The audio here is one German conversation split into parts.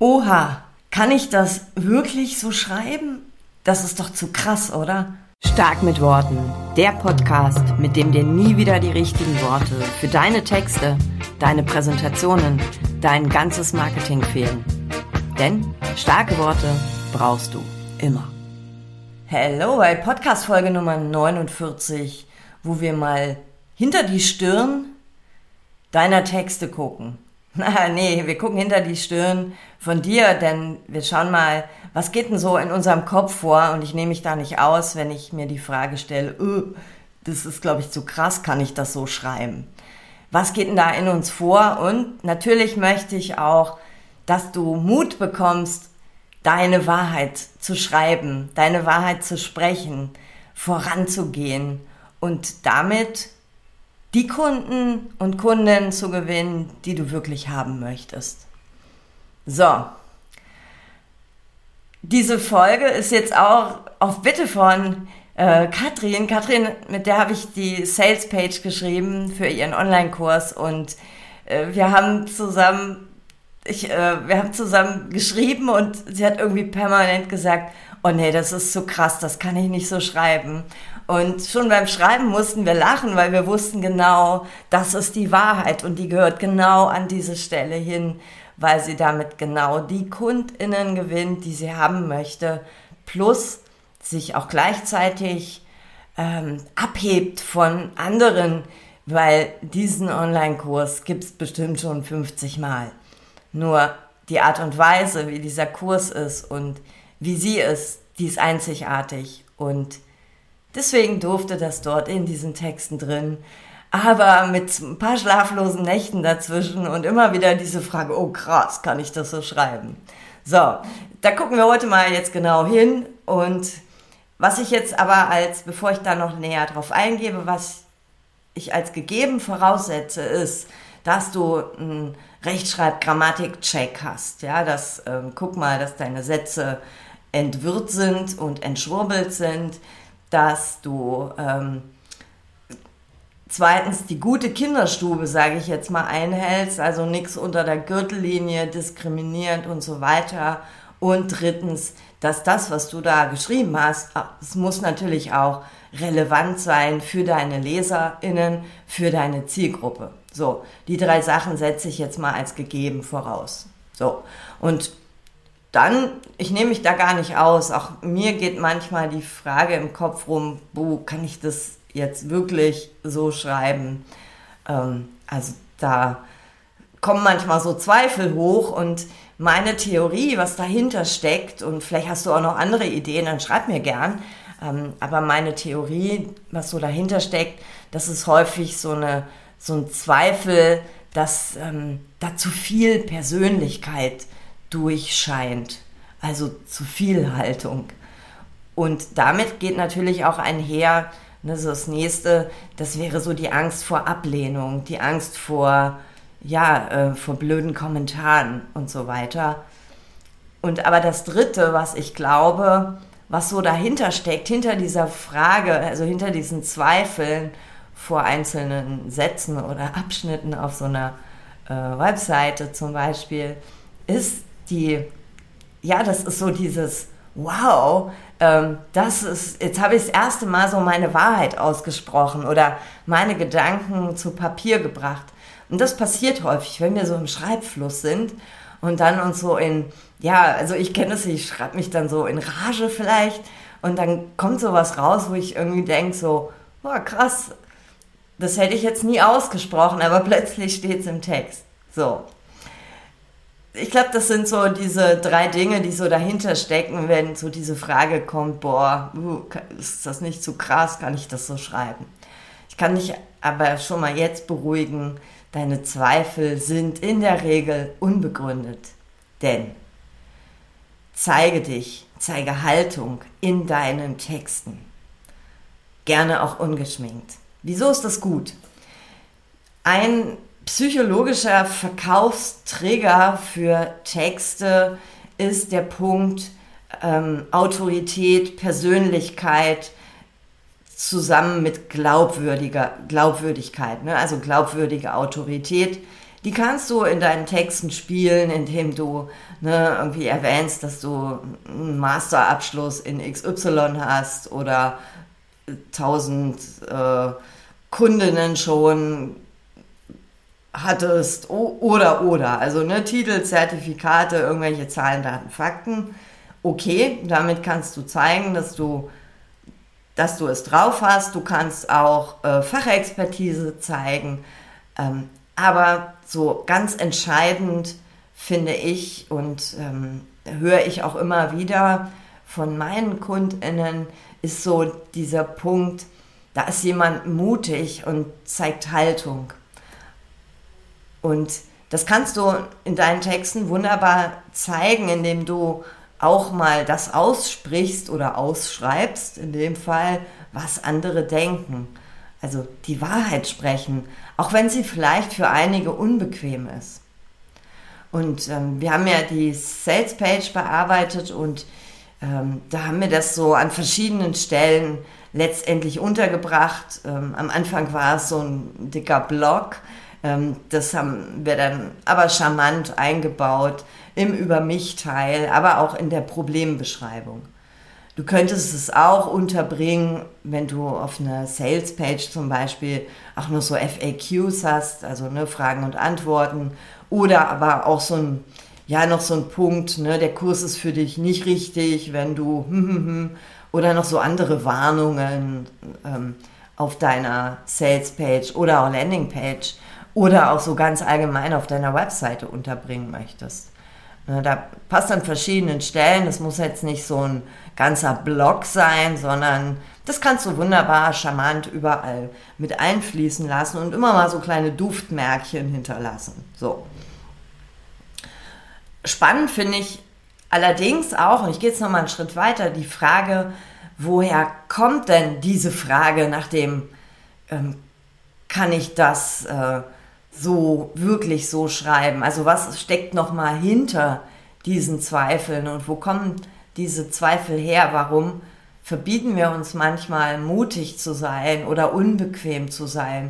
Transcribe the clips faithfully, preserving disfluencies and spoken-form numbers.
Oha, kann ich das wirklich so schreiben? Das ist doch zu krass, oder? Stark mit Worten, der Podcast, mit dem dir nie wieder die richtigen Worte für deine Texte, deine Präsentationen, dein ganzes Marketing fehlen. Denn starke Worte brauchst du immer. Hello bei Podcast-Folge Nummer neunundvierzig, wo wir mal hinter die Stirn deiner Texte gucken. Na, nee, wir gucken hinter die Stirn von dir, denn wir schauen mal, was geht denn so in unserem Kopf vor, und ich nehme mich da nicht aus, wenn ich mir die Frage stelle, öh, das ist, glaube ich, zu krass, kann ich das so schreiben? Was geht denn da in uns vor? Und natürlich möchte ich auch, dass du Mut bekommst, deine Wahrheit zu schreiben, deine Wahrheit zu sprechen, voranzugehen und damit die Kunden und Kundinnen zu gewinnen, die du wirklich haben möchtest. So, diese Folge ist jetzt auch auf Bitte von äh, Katrin. Katrin, mit der habe ich die Sales Page geschrieben für ihren Online-Kurs, und äh, wir haben zusammen, ich, äh, wir haben zusammen geschrieben, und sie hat irgendwie permanent gesagt, oh nee, das ist so krass, das kann ich nicht so schreiben. Und schon beim Schreiben mussten wir lachen, weil wir wussten genau, das ist die Wahrheit, und die gehört genau an diese Stelle hin, weil sie damit genau die KundInnen gewinnt, die sie haben möchte, plus sich auch gleichzeitig ähm, abhebt von anderen, weil diesen Online-Kurs gibt es bestimmt schon fünfzig Mal. Nur die Art und Weise, wie dieser Kurs ist und wie sie ist, die ist einzigartig, und deswegen durfte das dort in diesen Texten drin, aber mit ein paar schlaflosen Nächten dazwischen und immer wieder diese Frage, oh krass, kann ich das so schreiben? So, da gucken wir heute mal jetzt genau hin, und was ich jetzt aber als, bevor ich da noch näher drauf eingebe, was ich als gegeben voraussetze, ist, dass du einen Rechtschreib-Grammatik-Check hast. Ja, dass, ähm, guck mal, dass deine Sätze entwirrt sind und entschwurbelt sind, dass du ähm, zweitens die gute Kinderstube, sage ich jetzt mal, einhältst, also nichts unter der Gürtellinie, diskriminierend und so weiter. Und drittens, dass das, was du da geschrieben hast, es muss natürlich auch relevant sein für deine LeserInnen, für deine Zielgruppe. So, die drei Sachen setze ich jetzt mal als gegeben voraus. So, und dann, ich nehme mich da gar nicht aus, auch mir geht manchmal die Frage im Kopf rum, wo kann ich das jetzt wirklich so schreiben? Ähm, also da kommen manchmal so Zweifel hoch, und meine Theorie, was dahinter steckt, und vielleicht hast du auch noch andere Ideen, dann schreib mir gern, ähm, aber meine Theorie, was so dahinter steckt, das ist häufig so, eine, so ein Zweifel, dass ähm, da zu viel Persönlichkeit durchscheint, also zu viel Haltung. Und damit geht natürlich auch einher, ne, so das nächste, das wäre so die Angst vor Ablehnung, die Angst vor, ja, äh, vor blöden Kommentaren und so weiter. Und aber das dritte, was ich glaube, was so dahinter steckt, hinter dieser Frage, also hinter diesen Zweifeln vor einzelnen Sätzen oder Abschnitten auf so einer äh, Webseite zum Beispiel, ist die, ja, das ist so dieses, wow, ähm, das ist, jetzt habe ich das erste Mal so meine Wahrheit ausgesprochen oder meine Gedanken zu Papier gebracht. Und das passiert häufig, wenn wir so im Schreibfluss sind und dann uns so in, ja, also ich kenne es, ich schreibe mich dann so in Rage vielleicht, und dann kommt sowas raus, wo ich irgendwie denke so, oh krass, das hätte ich jetzt nie ausgesprochen, aber plötzlich steht es im Text. So. Ich glaube, das sind so diese drei Dinge, die so dahinter stecken, wenn so diese Frage kommt, boah, ist das nicht zu krass, kann ich das so schreiben? Ich kann dich aber schon mal jetzt beruhigen, deine Zweifel sind in der Regel unbegründet. Denn zeige dich, zeige Haltung in deinen Texten. Gerne auch ungeschminkt. Wieso ist das gut? Ein psychologischer Verkaufstrigger für Texte ist der Punkt ähm, Autorität, Persönlichkeit zusammen mit glaubwürdiger Glaubwürdigkeit, ne? Also glaubwürdige Autorität, Die kannst du in deinen Texten spielen, indem du ne, irgendwie erwähnst, dass du einen Masterabschluss in X Y hast oder tausend äh, Kundinnen schon hattest oder oder. Also ne, Titel, Zertifikate, irgendwelche Zahlen, Daten, Fakten. Okay, damit kannst du zeigen, dass du, dass du es drauf hast. Du kannst auch äh, Fachexpertise zeigen. Ähm, aber so ganz entscheidend finde ich und ähm, höre ich auch immer wieder von meinen KundInnen, ist so dieser Punkt, da ist jemand mutig und zeigt Haltung. Und das kannst du in deinen Texten wunderbar zeigen, indem du auch mal das aussprichst oder ausschreibst, in dem Fall, was andere denken. Also die Wahrheit sprechen, auch wenn sie vielleicht für einige unbequem ist. Und ähm, wir haben ja die Sales Page bearbeitet und ähm, da haben wir das so an verschiedenen Stellen letztendlich untergebracht. Ähm, am Anfang war es so ein dicker Block, ähm, das haben wir dann aber charmant eingebaut im Über-mich-Teil, aber auch in der Problembeschreibung. Du könntest es auch unterbringen, wenn du auf einer Sales-Page zum Beispiel auch nur so F A Qs hast, also ne, Fragen und Antworten, oder aber auch so ein, ja, noch so ein Punkt, ne, der Kurs ist für dich nicht richtig, wenn du, hm, hm, hm, oder noch so andere Warnungen ähm, auf deiner Sales-Page oder auch Landing-Page oder auch so ganz allgemein auf deiner Webseite unterbringen möchtest. Ne, da passt an verschiedenen Stellen, das muss jetzt nicht so ein ganzer Blog sein, sondern das kannst du wunderbar charmant überall mit einfließen lassen und immer mal so kleine Duftmärkchen hinterlassen. So. Spannend finde ich allerdings auch, und ich gehe jetzt nochmal einen Schritt weiter, die Frage, woher kommt denn diese Frage nach dem, ähm, kann ich das äh, so wirklich so schreiben? Also was steckt nochmal hinter diesen Zweifeln und wo kommen diese Zweifel her? Warum verbieten wir uns manchmal mutig zu sein oder unbequem zu sein?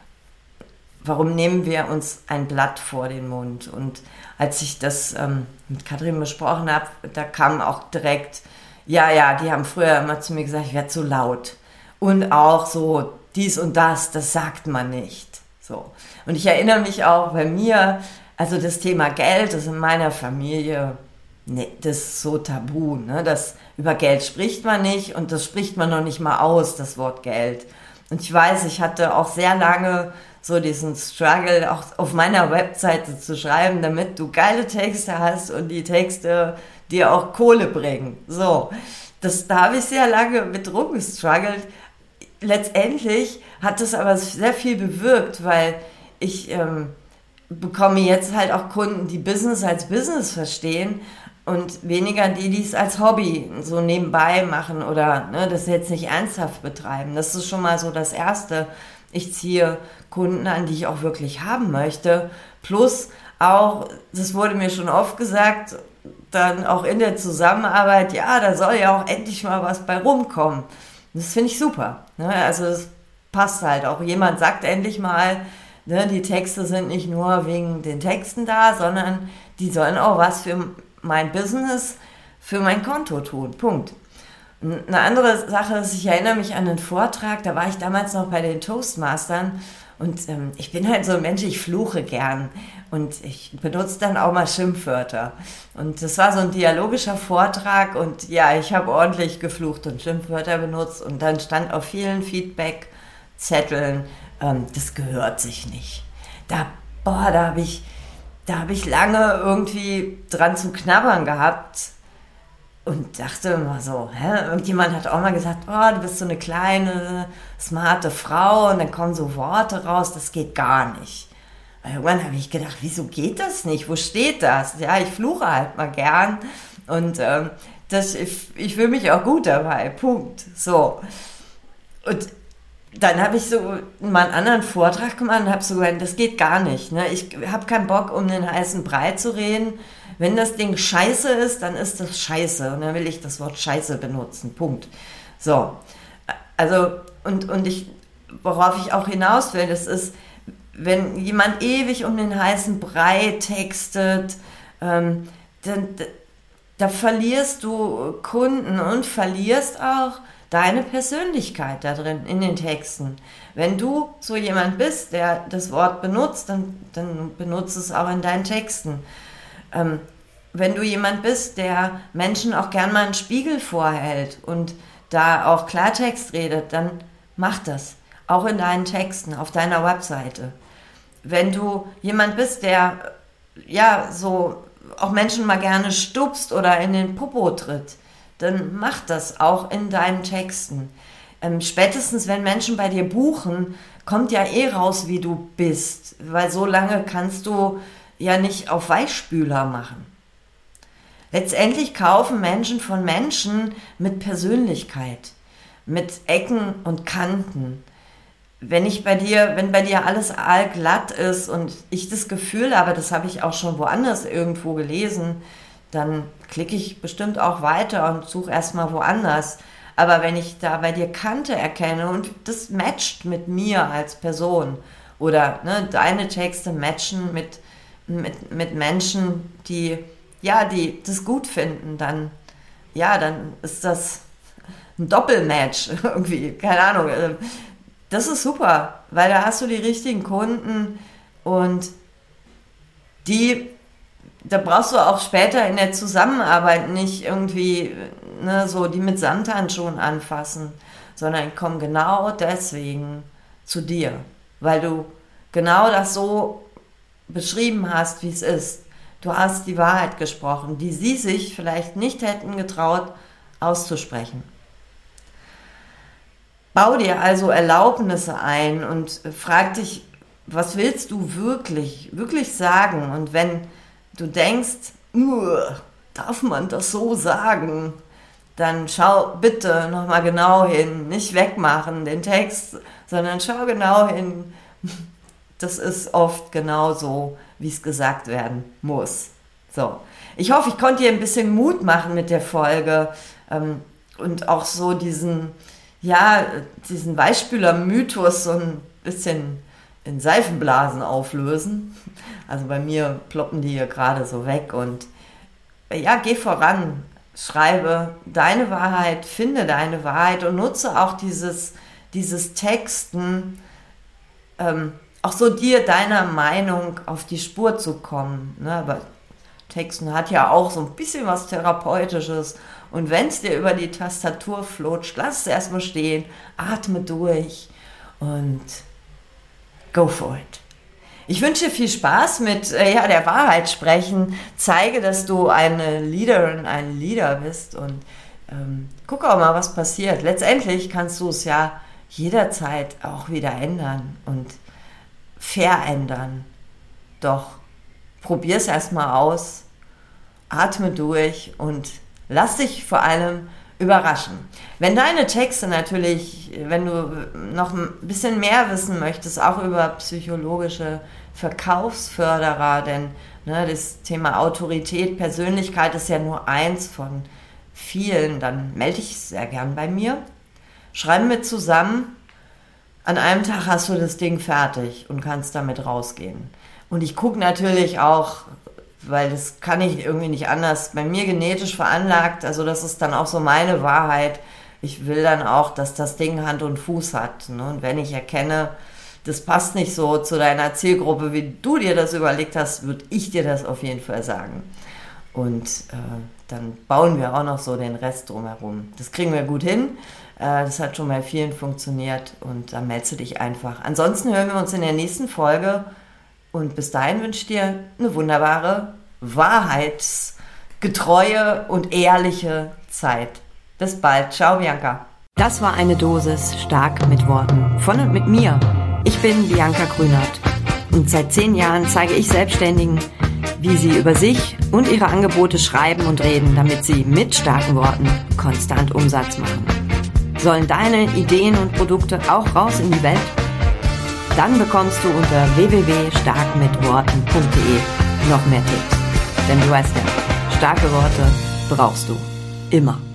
Warum nehmen wir uns ein Blatt vor den Mund? Und als ich das ähm, mit Katrin besprochen habe, da kam auch direkt, ja, ja, die haben früher immer zu mir gesagt, ich werde zu laut. Und auch so dies und das, das sagt man nicht. So. Und ich erinnere mich auch bei mir, also das Thema Geld ist in meiner Familie, nee, das ist so tabu. Ne? Das, über Geld spricht man nicht und das spricht man noch nicht mal aus, das Wort Geld. Und ich weiß, ich hatte auch sehr lange so diesen Struggle, auch auf meiner Webseite zu schreiben, damit du geile Texte hast und die Texte dir auch Kohle bringen. So, das, da habe ich sehr lange mit rumgestruggelt. Letztendlich hat das aber sehr viel bewirkt, weil ich ähm, bekomme jetzt halt auch Kunden, die Business als Business verstehen und weniger die, die es als Hobby so nebenbei machen oder ne, das jetzt nicht ernsthaft betreiben. Das ist schon mal so das Erste. Ich ziehe Kunden an, die ich auch wirklich haben möchte. Plus auch, das wurde mir schon oft gesagt, dann auch in der Zusammenarbeit, ja, da soll ja auch endlich mal was bei rumkommen. Das finde ich super. Ne? Also das passt halt auch. Jemand sagt endlich mal, ne, die Texte sind nicht nur wegen den Texten da, sondern die sollen auch was für mein Business, für mein Konto tun. Punkt. Eine andere Sache ist, ich erinnere mich an einen Vortrag, da war ich damals noch bei den Toastmastern und ähm, ich bin halt so ein Mensch, ich fluche gern und ich benutze dann auch mal Schimpfwörter. Und das war so ein dialogischer Vortrag und ja, ich habe ordentlich geflucht und Schimpfwörter benutzt und dann stand auf vielen Feedback-Zetteln, ähm, das gehört sich nicht. Da, boah, da habe ich, da habe ich lange irgendwie dran zu knabbern gehabt. Und dachte immer so, hä? Irgendjemand hat auch mal gesagt, oh, du bist so eine kleine, smarte Frau und dann kommen so Worte raus, das geht gar nicht. Und irgendwann habe ich gedacht, wieso geht das nicht? Wo steht das? Ja, ich fluche halt mal gern und ähm, das, ich, ich fühle mich auch gut dabei, Punkt. So. Und dann habe ich so mal einen anderen Vortrag gemacht und habe so gesagt, das geht gar nicht. Ne? Ich habe keinen Bock, um den heißen Brei zu reden. Wenn das Ding scheiße ist, dann ist das scheiße. Und dann will ich das Wort scheiße benutzen. Punkt. So. Also, und, und ich, worauf ich auch hinaus will, das ist, wenn jemand ewig um den heißen Brei textet, ähm, dann da verlierst du Kunden und verlierst auch deine Persönlichkeit da drin in den Texten. Wenn du so jemand bist, der das Wort benutzt, dann, dann benutzt es auch in deinen Texten. Ähm, wenn du jemand bist, der Menschen auch gern mal einen Spiegel vorhält und da auch Klartext redet, dann mach das. Auch in deinen Texten, auf deiner Webseite. Wenn du jemand bist, der ja so auch Menschen mal gerne stupst oder in den Popo tritt, dann mach das auch in deinen Texten. Ähm, spätestens, wenn Menschen bei dir buchen, kommt ja eh raus, wie du bist, weil so lange kannst du ja nicht auf Weichspüler machen. Letztendlich kaufen Menschen von Menschen mit Persönlichkeit, mit Ecken und Kanten. Wenn ich bei dir, wenn bei dir alles aalglatt ist und ich das Gefühl habe, das habe ich auch schon woanders irgendwo gelesen, dann klicke ich bestimmt auch weiter und suche erstmal woanders. Aber wenn ich da bei dir Kante erkenne und das matcht mit mir als Person oder ne, deine Texte matchen mit, mit, mit Menschen, die, ja, die das gut finden, dann, ja, dann ist das ein Doppelmatch irgendwie, keine Ahnung. Das ist super, weil da hast du die richtigen Kunden und die, da brauchst du auch später in der Zusammenarbeit nicht irgendwie ne, so die mit Samthandschuhen anfassen, sondern die kommen genau deswegen zu dir, weil du genau das so beschrieben hast, wie es ist. Du hast die Wahrheit gesprochen, die sie sich vielleicht nicht hätten getraut auszusprechen. Bau dir also Erlaubnisse ein und frag dich, was willst du wirklich, wirklich sagen? Und wenn du denkst, darf man das so sagen, dann schau bitte nochmal genau hin, nicht wegmachen den Text, sondern schau genau hin. Das ist oft genau so, wie es gesagt werden muss. So, ich hoffe, ich konnte dir ein bisschen Mut machen mit der Folge ähm, und auch so diesen ja, diesen Weichspüler-Mythos so ein bisschen in Seifenblasen auflösen. Also bei mir ploppen die hier gerade so weg und ja, geh voran, schreibe deine Wahrheit, finde deine Wahrheit und nutze auch dieses, dieses Texten, ähm, auch so dir deiner Meinung auf die Spur zu kommen. Ne? Aber Texten hat ja auch so ein bisschen was Therapeutisches. Und wenn es dir über die Tastatur flutscht, lass es erstmal stehen, atme durch und go for it. Ich wünsche dir viel Spaß mit äh, ja, der Wahrheit sprechen. Zeige, dass du eine Leaderin, ein Leader bist und ähm, guck auch mal, was passiert. Letztendlich kannst du es ja jederzeit auch wieder ändern und verändern. Doch probier es erstmal aus, atme durch und lass dich vor allem überraschen. Wenn deine Texte natürlich, wenn du noch ein bisschen mehr wissen möchtest, auch über psychologische Verkaufsförderer, denn ne, das Thema Autorität, Persönlichkeit ist ja nur eins von vielen, dann melde dich sehr gern bei mir. Schreiben wir zusammen, an einem Tag hast du das Ding fertig und kannst damit rausgehen. Und ich gucke natürlich auch, weil das kann ich irgendwie nicht anders, bei mir genetisch veranlagt, also das ist dann auch so meine Wahrheit. Ich will dann auch, dass das Ding Hand und Fuß hat. Ne? Und wenn ich erkenne, das passt nicht so zu deiner Zielgruppe, wie du dir das überlegt hast, würde ich dir das auf jeden Fall sagen. Und äh, dann bauen wir auch noch so den Rest drumherum. Das kriegen wir gut hin. Äh, das hat schon bei vielen funktioniert und dann meldest du dich einfach. Ansonsten hören wir uns in der nächsten Folge. Und bis dahin wünsche ich dir eine wunderbare, wahrheitsgetreue und ehrliche Zeit. Bis bald. Ciao, Bianca. Das war eine Dosis stark mit Worten. Von und mit mir. Ich bin Bianca Grünert. Und seit zehn Jahren zeige ich Selbstständigen, wie sie über sich und ihre Angebote schreiben und reden, damit sie mit starken Worten konstant Umsatz machen. Sollen deine Ideen und Produkte auch raus in die Welt? Dann bekommst du unter w w w punkt stark mit worten punkt d e noch mehr Tipps. Denn du weißt ja, starke Worte brauchst du immer.